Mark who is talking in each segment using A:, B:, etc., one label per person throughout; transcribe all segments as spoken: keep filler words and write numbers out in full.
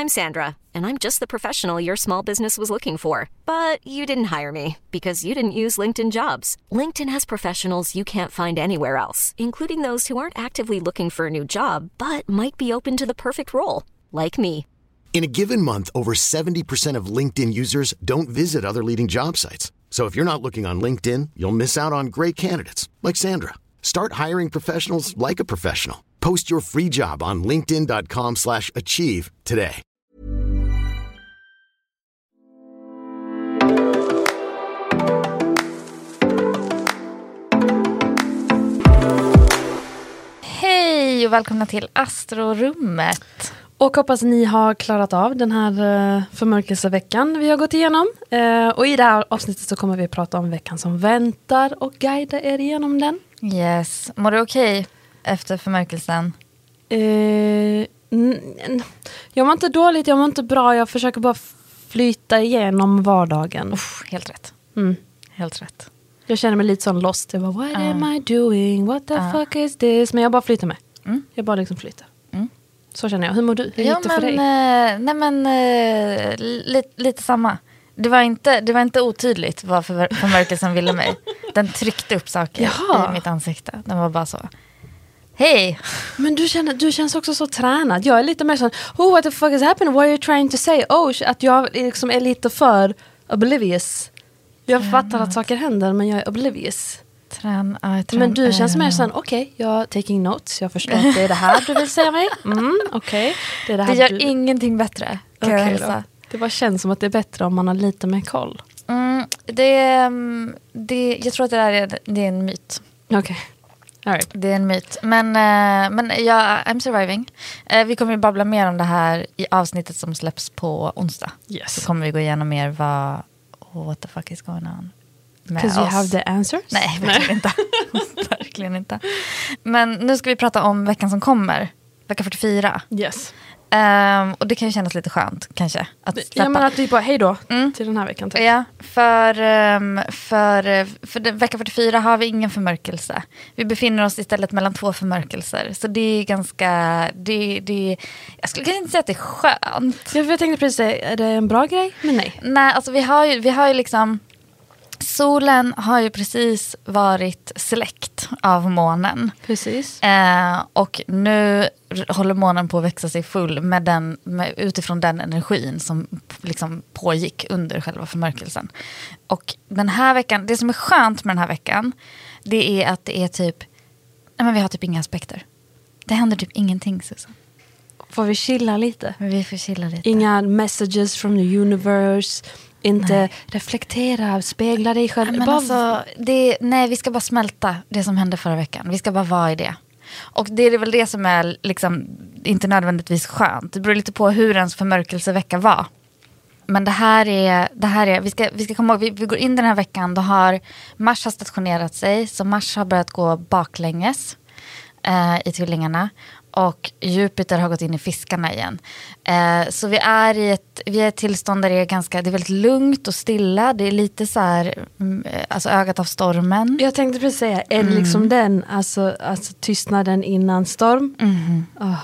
A: I'm Sandra, and I'm just the professional your small business was looking for. But you didn't hire me because you didn't use LinkedIn Jobs. LinkedIn has professionals you can't find anywhere else, including those who aren't actively looking for a new job, but might be open to the perfect role, like me.
B: In a given month, over seventy percent of LinkedIn users don't visit other leading job sites. So if you're not looking on LinkedIn, you'll miss out on great candidates like Sandra. Start hiring professionals like a professional. Post your free job on linkedin dot com slash achieve today.
C: Hej och välkomna till Astrorummet.
D: Och hoppas ni har klarat av den här uh, förmörkelseveckan vi har gått igenom. Uh, och i det här avsnittet så kommer vi att prata om veckan som väntar och guida er igenom den.
C: Yes. Mår du okej okay efter förmörkelsen?
D: Uh, n- n- jag mår inte dåligt, jag mår inte bra. Jag försöker bara flyta igenom vardagen.
C: Uff, helt rätt.
D: Mm.
C: Helt rätt.
D: Jag känner mig lite sån lost. Jag bara, what uh. am I doing? What the uh. fuck is this? Men jag bara flyter med. Mm. Jag bara liksom flyter. Mm. Så känner jag. Hur mår du? Hur
C: ja,
D: gick det
C: men,
D: för dig?
C: Eh, nej men eh, li, lite samma. Det var inte, det var inte otydligt vad för, förmörkelsen ville mig. Den tryckte upp saker Jaha. i mitt ansikte. Den var bara så. Hej!
D: Men du, känner, du känns också så tränad. Jag är lite mer sån, oh what the fuck is happening? What are you trying to say? Oh, att jag liksom är lite för oblivious. Jag tränad. fattar att saker händer men jag är oblivious.
C: Trän, äh, trän,
D: men du känns mer sån, okej, okay, jag taking notes. Jag förstår att det är det här du vill säga mig. Mm, okej. Okay. Det, är det, här
C: det gör
D: du...
C: ingenting bättre. Kan okay, jag
D: det bara känns som att det är bättre om man har lite mer koll.
C: Mm, det, det, jag tror att det där är, det är en myt.
D: Okej. Okay. All right.
C: Det är en myt. Men, uh, men ja, I'm surviving. Uh, vi kommer ju babbla mer om det här i avsnittet som släpps på onsdag.
D: Yes.
C: Så kommer vi gå igenom mer vad, oh, what the fuck is going on.
D: Because you have the answers?
C: Nej, verkligen inte. verkligen inte. Men nu ska vi prata om veckan som kommer. Vecka fyrtiofyra.
D: Yes.
C: Um, och det kan ju kännas lite skönt, kanske. Att
D: ja, men att vi bara, hej då mm. till den här veckan. Typ.
C: Ja, för, um, för, för den, vecka fyrtiofyra har vi ingen förmörkelse. Vi befinner oss istället mellan två förmörkelser. Så det är ganska, det, det, jag skulle kanske inte säga att det är skönt.
D: Ja, jag tänkte precis säga, är det en bra grej? Men nej.
C: Nej, alltså vi har ju, vi har ju liksom... Solen har ju precis varit släckt av månen.
D: Precis.
C: Eh, och nu håller månen på att växa sig full med den, med, utifrån den energin som liksom pågick under själva förmörkelsen. Och den här veckan, det som är skönt med den här veckan, det är att det är typ, nej men vi har typ inga aspekter. Det händer typ ingenting, Susan.
D: Får vi chilla lite?
C: Vi får chilla lite.
D: Inga messages from the universe. Inte nej. reflektera, spegla dig själv.
C: Men bara... alltså, det, nej, vi ska bara smälta det som hände förra veckan. Vi ska bara vara i det. Och det är väl det som är liksom, inte nödvändigtvis skönt. Det beror lite på hur ens förmörkelsevecka var. Men det här är, det här är vi, ska, vi ska komma ihåg, vi, vi går in den här veckan, då har Mars har stationerat sig. Så Mars har börjat gå baklänges eh, i tvillingarna. Och Jupiter har gått in i fiskarna igen. Eh, så vi är i ett, vi är ett tillstånd där det är ganska, det är väldigt lugnt och stilla. Det är lite så här, alltså ögat av stormen.
D: Jag tänkte precis säga, är det mm. liksom den, alltså, alltså tystnaden innan storm?
C: Mm.
D: Oh.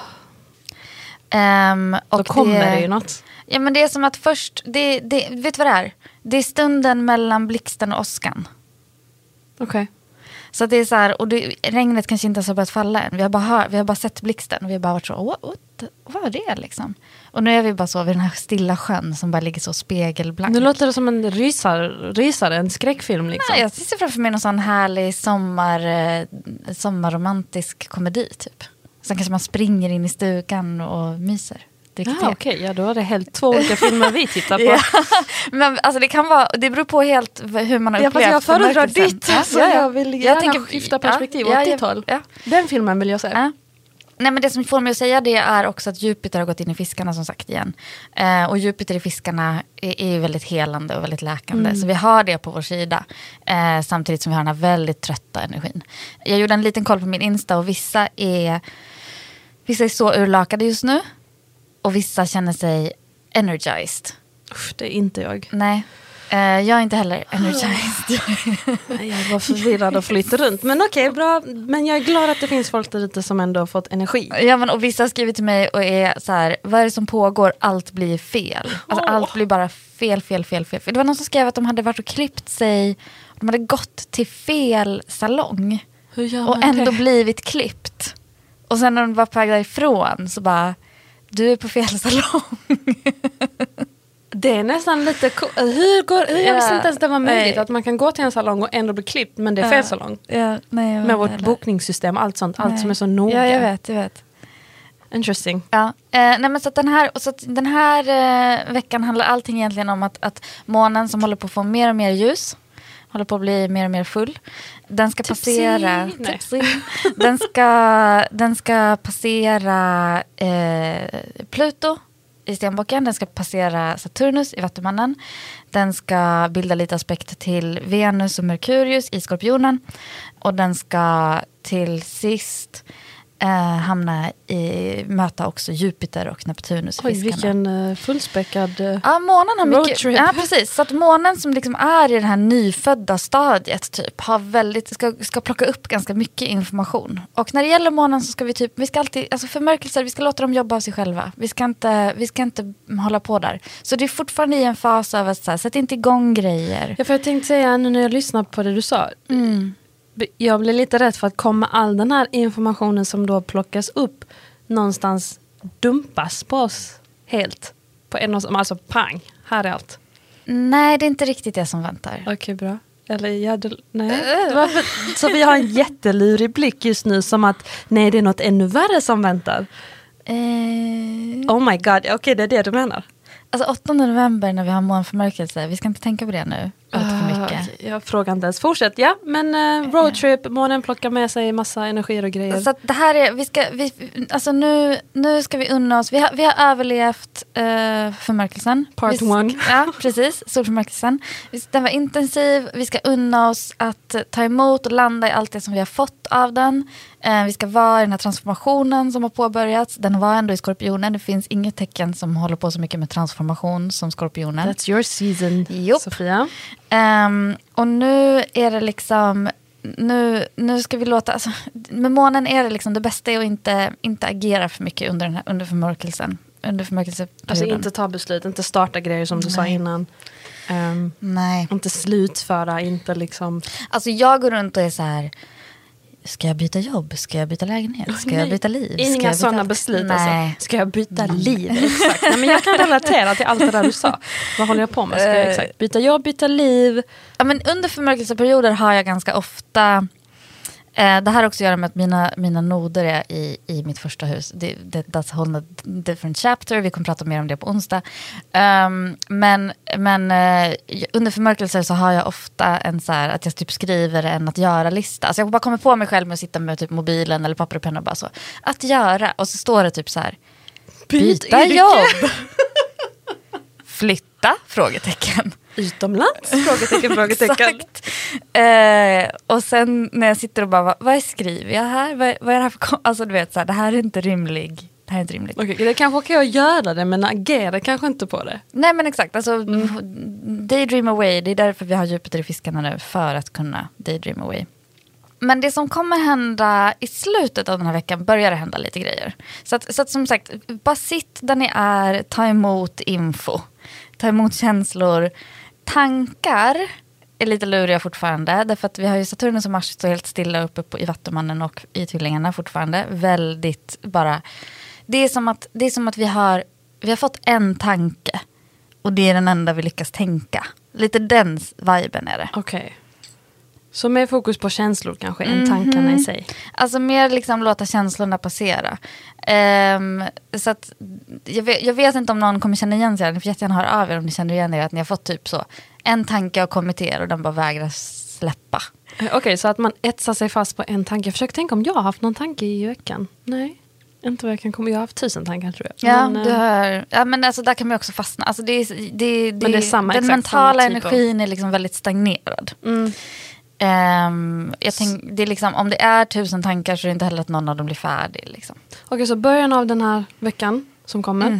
C: Um, och
D: Då kommer
C: det,
D: det ju något.
C: Ja, men det är som att först, det, det, vet du vad det är? Det är stunden mellan blixten och åskan.
D: Okej. Okay.
C: Så det är så här, och det, regnet kanske inte har börjat falla än. Vi har bara, hör, vi har bara sett blixten och vi har bara varit så, what, what, vad är det liksom? Och nu är vi bara så vid den här stilla sjön som bara ligger så spegelblank.
D: Nu låter det som en rysar, rysare, en skräckfilm liksom.
C: Nej, jag ser framför mig någon sån härlig sommar, eh, sommarromantisk komedi typ. Sen kanske man springer in i stugan och myser.
D: Ja, okej. Okay. Ja, då är det helt två olika filmer vi tittar på.
C: Ja. Men alltså det kan vara, det beror på helt hur man har
D: ja,
C: upplevt.
D: Jag föredrar ditt.
C: Ja,
D: så
C: ja, ja.
D: jag vill gärna jag tänker, skifta perspektiv ja, åt ditt håll. Ja. Den filmen vill jag säga.
C: Ja. Nej, men det som får mig att säga det är också att Jupiter har gått in i fiskarna som sagt igen. Eh, och Jupiter i fiskarna är, är ju väldigt helande och väldigt läkande. Mm. Så vi har det på vår sida. Eh, samtidigt som vi har den här väldigt trötta energin. Jag gjorde en liten koll på min Insta och vissa är, vissa är så urlakade just nu. Och vissa känner sig energized.
D: Uff, det är inte jag.
C: Nej. Uh, jag är inte heller energized.
D: Jag var förvirrad och flyter runt. Men okej, okay, bra. Men jag är glad att det finns folk där ute som ändå har fått energi.
C: Ja, men och vissa har skrivit till mig och är så här, vad är det som pågår? Allt blir fel. Alltså oh. allt blir bara fel, fel, fel, fel. Det var någon som skrev att de hade varit och klippt sig. De hade gått till fel salong.
D: Hur gör man
C: och ändå
D: det?
C: blivit klippt. Och sen när de var på väg därifrån så bara, du är på fel salong.
D: Det är nästan lite cool. Hur går hur jag visste
C: ja,
D: inte ens det var möjligt
C: nej.
D: att man kan gå till en salong och ändå bli klippt, men det är
C: ja,
D: fel salong.
C: Ja, nej,
D: med vårt
C: heller.
D: bokningssystem, allt sånt, allt
C: nej.
D: som är så noga.
C: Ja, jag vet, jag vet.
D: Interesting.
C: Ja, eh, nej men så att den här och så att den här eh, veckan handlar allting egentligen om att att månen som håller på att få mer och mer ljus, håller på att bli mer och mer full. Den ska
D: Tipsy.
C: passera tipsy. Den ska den ska passera eh, Pluto i Stenbocken, den ska passera Saturnus i Vattumannen. Den ska bilda lite aspekt till Venus och Merkurius i Skorpionen. Och den ska till sist eh, hamna i, möta också Jupiter och Neptunus.
D: Oj, vilken uh, fullspäckad uh,
C: ja, månen har mycket,
D: roadtrip.
C: Ja, precis. Så att månen som liksom är i det här nyfödda stadiet typ, har väldigt, ska, ska plocka upp ganska mycket information. Och när det gäller månen så ska vi typ, vi ska alltid, alltså förmörkelser, vi ska låta dem jobba av sig själva. Vi ska inte, vi ska inte hålla på där. Så det är fortfarande i en fas av att så här, sätt inte igång grejer.
D: Ja, för jag tänkte säga nu när jag lyssnar på det du sa. Mm. Jag blir lite rädd för att komma all den här informationen som då plockas upp någonstans dumpas på oss helt. På en och samma, alltså pang, här är allt.
C: Nej, det är inte riktigt det som väntar.
D: Okej, okay, bra. Eller ja, det, nej. Varför? Så vi har en jättelurig blick just nu som att nej, det är något ännu värre som väntar.
C: Eh...
D: Oh my god, okej, okay, det är det du menar.
C: Alltså åttonde november när vi har månförmörkelse, vi ska inte tänka på det nu. Lite för mycket.
D: Uh, jag frågar inte ens. Fortsätt, ja. Men uh, roadtrip, månen plockar med sig massa energier och grejer.
C: Så att det här är, vi ska, vi, alltså nu, nu ska vi unna oss, vi har, vi har överlevt uh, förmörkelsen.
D: Part
C: vi,
D: one.
C: Ja, precis, solförmörkelsen. Den var intensiv, vi ska unna oss att ta emot och landa i allt det som vi har fått av den. Uh, vi ska vara i den här transformationen som har påbörjats. Den var ändå i Skorpionen, det finns inget tecken som håller på så mycket med transformation som Skorpionen.
D: That's your season,
C: Jop.
D: Sofia.
C: Um, och nu är det liksom nu, nu ska vi låta alltså, med månen är det liksom det bästa är att inte, inte agera för mycket under, den här, under förmörkelsen under förmörkelseperioden.
D: Alltså inte ta beslut, inte starta grejer som du Nej. sa innan. Um,
C: Nej.
D: Inte slutföra, inte liksom.
C: Alltså jag går runt och är så här, ska jag byta jobb? Ska jag byta lägenhet? Ska Nej. jag byta liv?
D: Inga
C: byta...
D: sådana beslut.
C: Nej.
D: Alltså. Ska jag byta mm. liv? Exakt. Nej, men jag kan relatera till allt det där du sa. Vad håller jag på med? Ska jag exakt byta jobb, byta liv?
C: Ja, men under förmörkelseperioder har jag ganska ofta eh, det här också gör med att mina, mina noder är i, i mitt första hus. Det, det, that's a whole different chapter. Vi kommer prata mer om det på onsdag. Um, men men uh, under förmörkelser så har jag ofta en så här, att jag typ skriver en att göra-lista. Alltså jag bara kommer på mig själv med att sitta med typ mobilen eller papper och penna och bara så. Att göra. Och så står det typ så här. Byta
D: Byt
C: jobb. Flytta? Frågetecken.
D: Utomlands? Frågetecken, frågetecken.
C: eh, och sen när jag sitter och bara, vad, vad skriver jag här? Vad, vad är det här för, alltså du vet så här, det här är inte rimlig. Det här är inte rimligt.
D: Okay, det är kanske okej att göra det, men agera kanske inte på det.
C: Nej men exakt, alltså
D: mm.
C: daydream away, det är därför vi har Jupiter i fiskarna nu, för att kunna daydream away. Men det som kommer hända i slutet av den här veckan börjar det hända lite grejer. Så att, så att som sagt, bara sitt där ni är, ta emot info. Ta emot känslor. Tankar är lite luriga fortfarande. Därför att vi har ju Saturnus och Mars står helt stilla uppe på, i Vattumannen och i Tvillingarna fortfarande. Väldigt bara... Det är som att, det är som att vi, har, vi har fått en tanke. Och det är den enda vi lyckas tänka. Lite den viben är det.
D: Okej. Okay. Så mer fokus på känslor kanske än mm-hmm. tankarna i sig.
C: Alltså mer liksom låta känslorna passera. Um, så att jag vet, jag vet inte om någon kommer känna igen sig. Ni får jättegärna höra av er om ni känner igen er. Att ni har fått typ så en tanke och kommit er och den bara vägrar släppa.
D: Okej, okay, så att man etsar sig fast på en tanke. Jag försöker tänka om jag har haft någon tanke i veckan. Nej. Inte vad jag kan komma. Jag har haft tusen tankar tror jag.
C: Ja,
D: men,
C: du har, ja men alltså där kan man också fastna. Alltså det är, det, det,
D: men det är samma,
C: den
D: exakt,
C: mentala
D: samma typ
C: energin
D: av...
C: är liksom väldigt stagnerad.
D: Mm.
C: Um, jag tänk, det är liksom, om det är tusen tankar så är det inte heller att någon av dem blir färdig. Liksom.
D: Okej, okay, så början av den här veckan som kommer. Mm.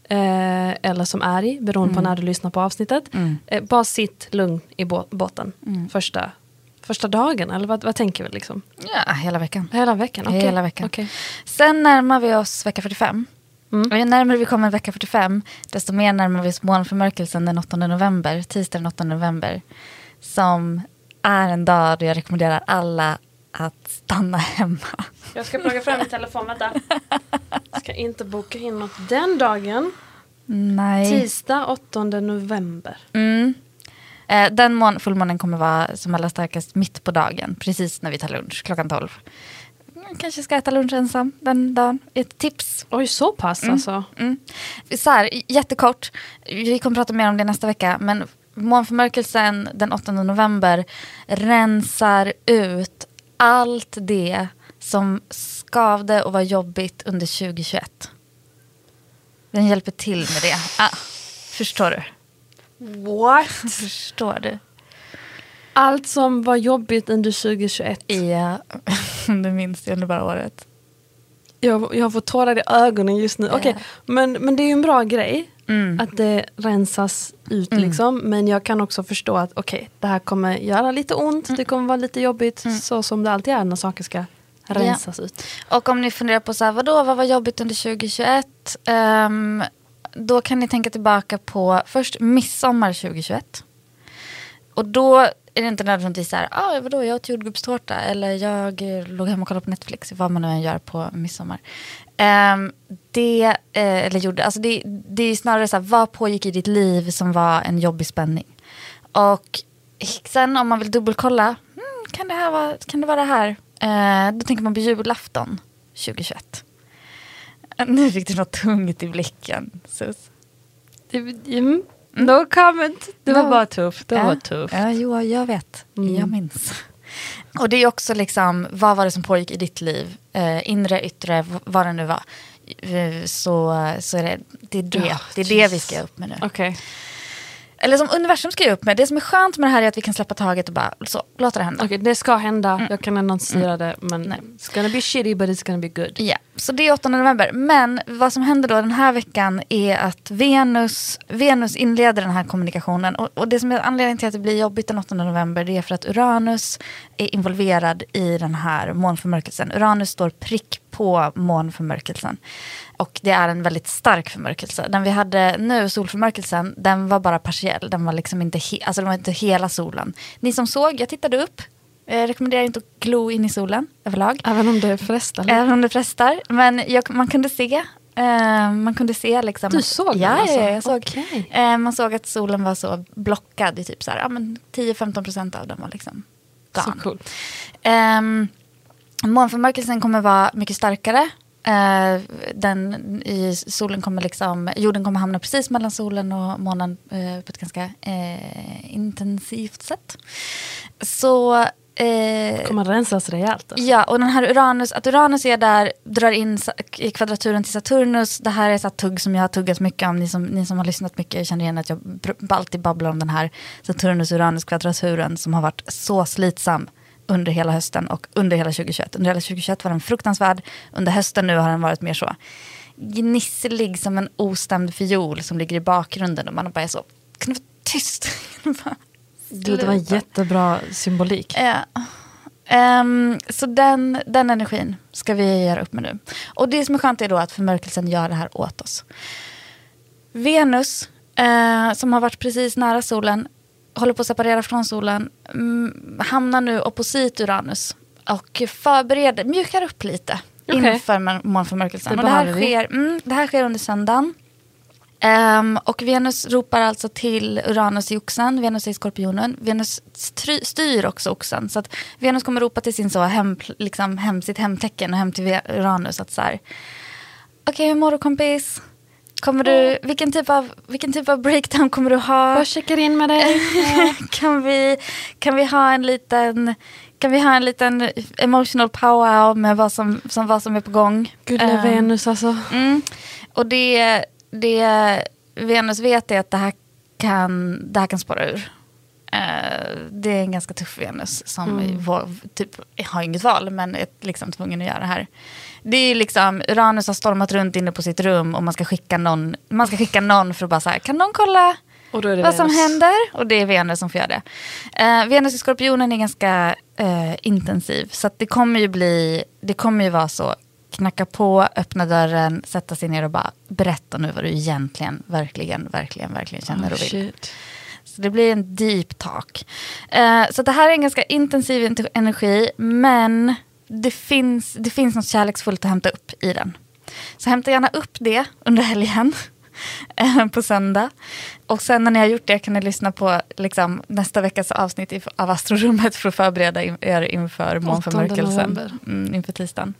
D: Eh, eller som arg, beroende mm. på när du lyssnar på avsnittet. Mm. Eh, bara sitt lugn i bå- båten. Mm. Första, första dagen, eller vad, vad tänker vi liksom?
C: Ja, hela veckan.
D: Hela veckan, okej.
C: Okay. Hela veckan.
D: Okay.
C: Sen närmar vi oss vecka fyrtiofem. Mm. Och ju närmare vi kommer vecka fyrtiofem, desto mer närmar vi oss månförmörkelsen den åttonde november, tisdag den åttonde november. Som är en dag då jag rekommenderar alla att stanna hemma.
D: Jag ska plocka fram min telefon, vänta. Jag ska inte boka in något den dagen.
C: Nej.
D: Tisdag åttonde november.
C: Mm. Eh, den mån, fullmånen kommer vara som allra starkast mitt på dagen. Precis när vi tar lunch, klockan tolv. Jag kanske ska äta lunch ensam den dagen. Ett tips.
D: Oj, så pass mm. alltså.
C: Mm. Så här, jättekort. Vi kommer prata mer om det nästa vecka. Men månförmörkelsen den åttonde november rensar ut allt det som skavde och var jobbigt under tjugohundratjugoett. Den hjälper till med det. Ah, förstår du?
D: What?
C: Förstår du?
D: Allt som var jobbigt under tjugohundratjugoett.
C: Ja, det minns jag under bara året.
D: Jag, jag har fått tårar i ögonen just nu. Yeah. Okej, okay, men, men det är ju en bra grej. Mm. Att det rensas ut mm. liksom. Men jag kan också förstå att okej, okay, det här kommer göra lite ont. Mm. Det kommer vara lite jobbigt. Mm. Så som det alltid är när saker ska rensas ja. ut.
C: Och om ni funderar på så här, vadå, vad var jobbigt under tjugohundratjugoett? Um, då kan ni tänka tillbaka på först midsommar tjugohundratjugoett. Och då är det inte nödvändigtvis så här, ah, vadå, jag åt jordgubbstårta. Eller jag låg hemma och kollade på Netflix. Vad man nu än gör på midsommar. Um, det, eh, eller gjorde, alltså det, det är snarare så här, vad pågick i ditt liv som var en jobbig spänning. Och sen om man vill dubbelkolla, hmm, kan, det här vara, kan det vara det här? Uh, då tänker man på julafton tjugohundratjugoett. Nu fick du något tungt i blicken, Sus.
D: Mm. No comment. Det var no. bara tufft. Det
C: ja.
D: var tufft.
C: Ja, jo, jag vet. Mm. Jag minns. Och det är också liksom, vad var det som pågick i ditt liv? Uh, inre, yttre, vad det nu var. Uh, så, så är det det, är det, oh, det, är det vi ska upp med nu.
D: Okej. Okay.
C: Eller som universum ska upp med. Det som är skönt med det här är att vi kan släppa taget och bara så, låta det hända.
D: Okej, okay, det ska hända. Mm. Jag kan annonsera mm. det. Men Nej. It's gonna be shitty but it's gonna be good.
C: Ja, yeah. Så det är åttonde november. Men vad som händer då den här veckan är att Venus, Venus inleder den här kommunikationen. Och, och det som är anledningen till att det blir jobbigt den åttonde november, det är för att Uranus är involverad i den här månförmörkelsen. Uranus står prick på månförmörkelsen. Och det är en väldigt stark förmörkelse. Den vi hade nu, solförmörkelsen, den var bara partiell. Den var liksom inte, he- alltså den var inte hela solen. Ni som såg, jag tittade upp. Jag rekommenderar inte att glo in i solen överlag.
D: Även om det frestar.
C: Även om det frestar. Men jag, man kunde se. Eh, man kunde se liksom.
D: Du såg
C: ja,
D: den alltså?
C: Ja, jag såg.
D: Okay.
C: Eh, man såg att solen var så blockad i typ så här, ja, men tio till femton procent av den var liksom gone.
D: Så cool.
C: Eh, månförmörkelsen kommer vara mycket starkare. Uh, den i solen kommer liksom, jorden kommer hamna precis mellan solen och månen uh, på ett ganska uh, intensivt sätt. Så uh,
D: kommer rensas rejält. Alltså.
C: Ja, och den här Uranus, att Uranus är där, drar in i kvadraturen till Saturnus. Det här är så tugg som jag har tuggat mycket om. Ni som, ni som har lyssnat mycket känner igen att jag alltid babblar om den här Saturnus-Uranus-kvadraturen som har varit så slitsam under hela hösten och under hela tjugohundratjugoett. Under hela tjugohundratjugoett var den fruktansvärd. Under hösten nu har den varit mer så gnisslig som en ostämd fiol som ligger i bakgrunden och man bara är så, kan du vara tyst?
D: Du, det var en jättebra symbolik.
C: Ja. Um, så den, den energin ska vi göra upp med nu. Och det som är skönt är då att förmörkelsen gör det här åt oss. Venus, uh, som har varit precis nära solen, håller på att separera från solen, mm, hamnar nu opposit Uranus och förbereder, mjukar upp lite okay. inför månförmörkelsen. Det, och det, här sker, mm, det här sker under söndagen. Um, och Venus ropar alltså till Uranus i oxen, Venus är i skorpionen. Venus stry, styr också oxen. Så att Venus kommer ropa till sin så hem, liksom hem, sitt hemtecken och hem till Uranus att så här, okej, okay, hur mår du kompis? Kommer du, vilken typ av vilken typ av breakdown kommer du ha?
D: Jag checkar in med dig.
C: kan vi kan vi ha en liten kan vi ha en liten emotional powwow med vad som som vad som är på gång?
D: Gud, uh, Venus alltså.
C: Mm. Och det det Venus vet är att det här kan det här kan spåra ur. Uh, det är en ganska tuff Venus som
D: Mm.
C: var, typ, har inget val men är liksom tvungen att göra det här. Det är liksom, Uranus har stormat runt inne på sitt rum och man ska skicka någon, man ska skicka någon för att bara så här, kan någon kolla
D: Och då är det
C: vad
D: Venus.
C: som händer? Och det är Venus som får göra det. Uh, Venus i Skorpionen är ganska uh, intensiv. Så att det kommer ju bli, det kommer ju vara så, knacka på, öppna dörren, sätta sig ner och bara berätta nu vad du egentligen, verkligen, verkligen, verkligen känner
D: Oh,
C: och vill.
D: shit.
C: Så det blir en deep talk. Uh, så det här är en ganska intensiv energi, men det finns, det finns något kärleksfullt att hämta upp i den. Så hämta gärna upp det under helgen på söndag. Och sen när ni har gjort det kan ni lyssna på liksom, nästa veckas avsnitt av Astrorummet för att förbereda er inför månförmörkelsen. Mm, inför tisdagen.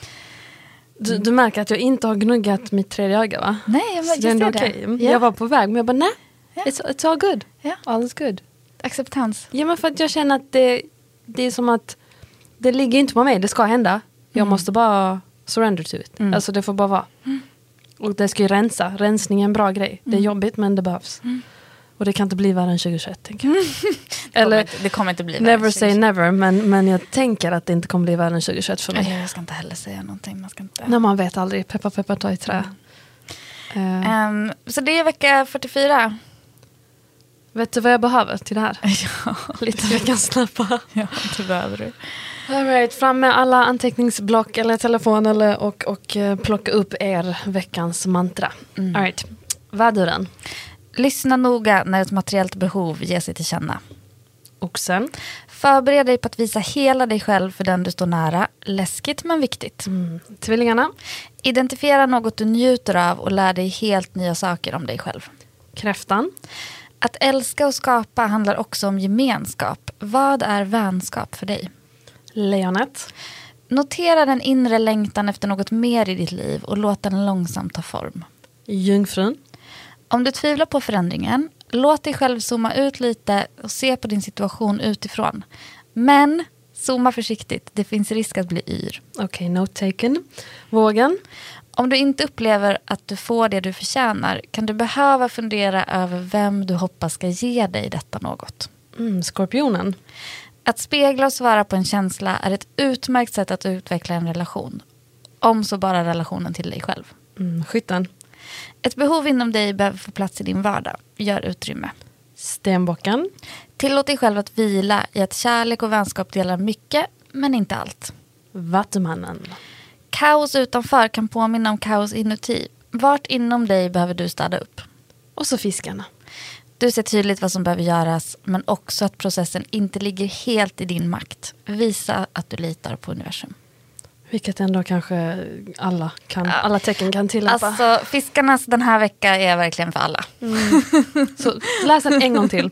D: Du, du märker att jag inte har gnuggat mitt tredje öga, va?
C: Nej, jag,
D: Så
C: jag
D: det är ändå
C: ser det.
D: okej.
C: Ja.
D: Jag var på väg, men jag bara, nej.
C: Ja.
D: It's, it's all good.
C: Ja.
D: All is good.
C: Acceptans.
D: Ja, men för att jag känner att det, det är som att det ligger inte på mig, det ska hända. Jag
C: Mm.
D: måste bara surrender to it.
C: Mm.
D: Alltså det får bara vara.
C: Mm.
D: Och det ska ju rensa. Rensning är en bra grej. Det är
C: Mm.
D: jobbigt, men det behövs.
C: Mm.
D: Och det kan inte bli värre än tjugohundratjugoett, tänker jag.
C: Eller,
D: Eller,
C: det kommer inte bli
D: never
C: värre.
D: say never, men, men jag tänker att det inte kommer bli värre än tjugohundratjugoett för mig.
C: Nej, jag ska inte heller säga någonting. Man ska inte.
D: När man vet aldrig, peppa peppa ta i trä.
C: Mm.
D: Eh,
C: Um, så det är vecka fyrtiofyra.
D: vet du vad jag behöver till det här?
C: Ja,
D: Lite veckans snabba.
C: ja, det behöver du.
D: All right, fram med alla anteckningsblock eller telefon eller, och, och eh, plocka upp er veckans mantra.
C: Mm.
D: All right, väduren.
C: Lyssna noga när ett materiellt behov ger sig till känna.
D: Oxen.
C: Förbered dig på att visa hela dig själv för den du står nära. Läskigt men viktigt.
D: Mm. Tvillingarna.
C: Identifiera något du njuter av och lär dig helt nya saker om dig själv.
D: Kräftan.
C: Att älska och skapa handlar också om gemenskap. Vad är vänskap för dig?
D: Lejonet.
C: Notera den inre längtan efter något mer i ditt liv och låt den långsamt ta form.
D: Jungfrun.
C: Om du tvivlar på förändringen, låt dig själv zooma ut lite och se på din situation utifrån. Men zooma försiktigt, det finns risk att bli yr.
D: Okej, okay, note taken. Vågen.
C: Om du inte upplever att du får det du förtjänar kan du behöva fundera över vem du hoppas ska ge dig detta något.
D: Mm, skorpionen.
C: Att spegla och svara på en känsla är ett utmärkt sätt att utveckla en relation. Om så bara relationen till dig själv.
D: Mm, skytten.
C: Ett behov inom dig behöver få plats i din vardag. Gör utrymme.
D: Stenbocken.
C: Tillåt dig själv att vila i att kärlek och vänskap delar mycket, men inte allt.
D: Vattumannen.
C: Kaos utanför kan påminna om kaos inuti. Vart inom dig behöver du städa upp?
D: Och så fiskarna.
C: Du ser tydligt vad som behöver göras, men också att processen inte ligger helt i din makt. Visa att du litar på universum.
D: Vilket ändå kanske alla, kan, ja. alla tecken kan tillämpa.
C: Alltså, fiskarnas den här veckan är verkligen för alla.
D: Mm. Så läs den en gång till.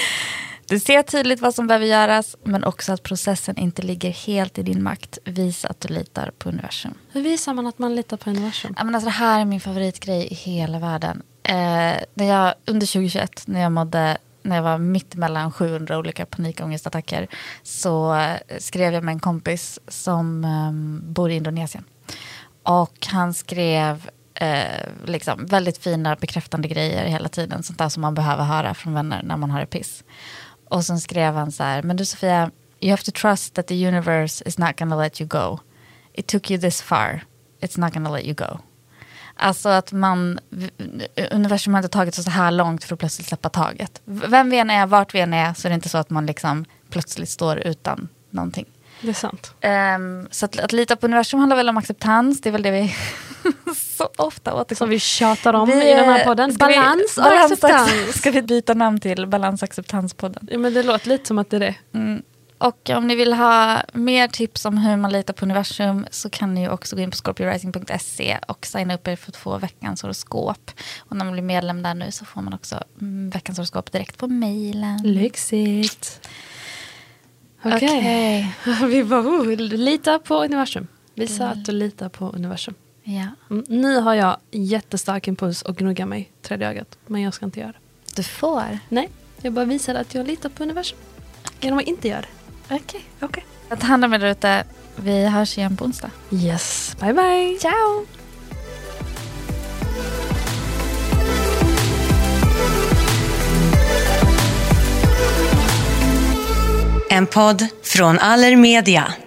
C: Du ser tydligt vad som behöver göras, men också att processen inte ligger helt i din makt. Visa att du litar på universum.
D: Hur visar man att man litar på universum?
C: Ja, men alltså, det här är min favoritgrej i hela världen. Eh, när jag, under tjugohundratjugoett, när jag mådde... när jag var mitt mellan sjuhundra olika panikångestattacker, så skrev jag med en kompis som um, bor i Indonesien. Och han skrev eh, liksom väldigt fina bekräftande grejer hela tiden. Sånt där som man behöver höra från vänner när man har det piss. Och sen skrev han så här: men du Sofia, you have to trust that the universe is not gonna let you go. It took you this far. It's not gonna let you go. Alltså att man, universum har inte tagit så här långt för att plötsligt släppa taget. Vem vi än är, vart vi än är, så är det inte så att man liksom plötsligt står utan någonting.
D: Det är sant.
C: Um, så att, att lita på universum handlar väl om acceptans. Det är väl det vi så ofta återkommer.
D: Som vi tjatar om
C: vi,
D: i den här podden. Balans
C: vi,
D: och
C: balans
D: acceptans.
C: Ska vi byta namn till balans och acceptanspodden?
D: Ja, men det låter lite som att det är det.
C: Mm. Och om ni vill ha mer tips om hur man litar på universum, så kan ni ju också gå in på scorpio rising punkt se och signa upp er för att få veckans horoskop. Och när man blir medlem där nu så får man också mm, veckans horoskop direkt på mejlen.
D: Lyxigt. Okej. Okay. Okay. Vi bara, oh, lita på universum. Visa mm. att du litar på universum.
C: Ja.
D: Mm, nu har jag jättestark impuls att gnugga mig tredje ögat, men jag ska inte göra det.
C: Du får?
D: Nej, jag bara visar att jag litar på universum. Genom att inte göra det.
C: Okej, okay. okej. Okay. Ta hand om er där ute. Vi hörs igen på onsdag.
D: Yes, bye bye.
C: Ciao.
E: En podd från Allermedia.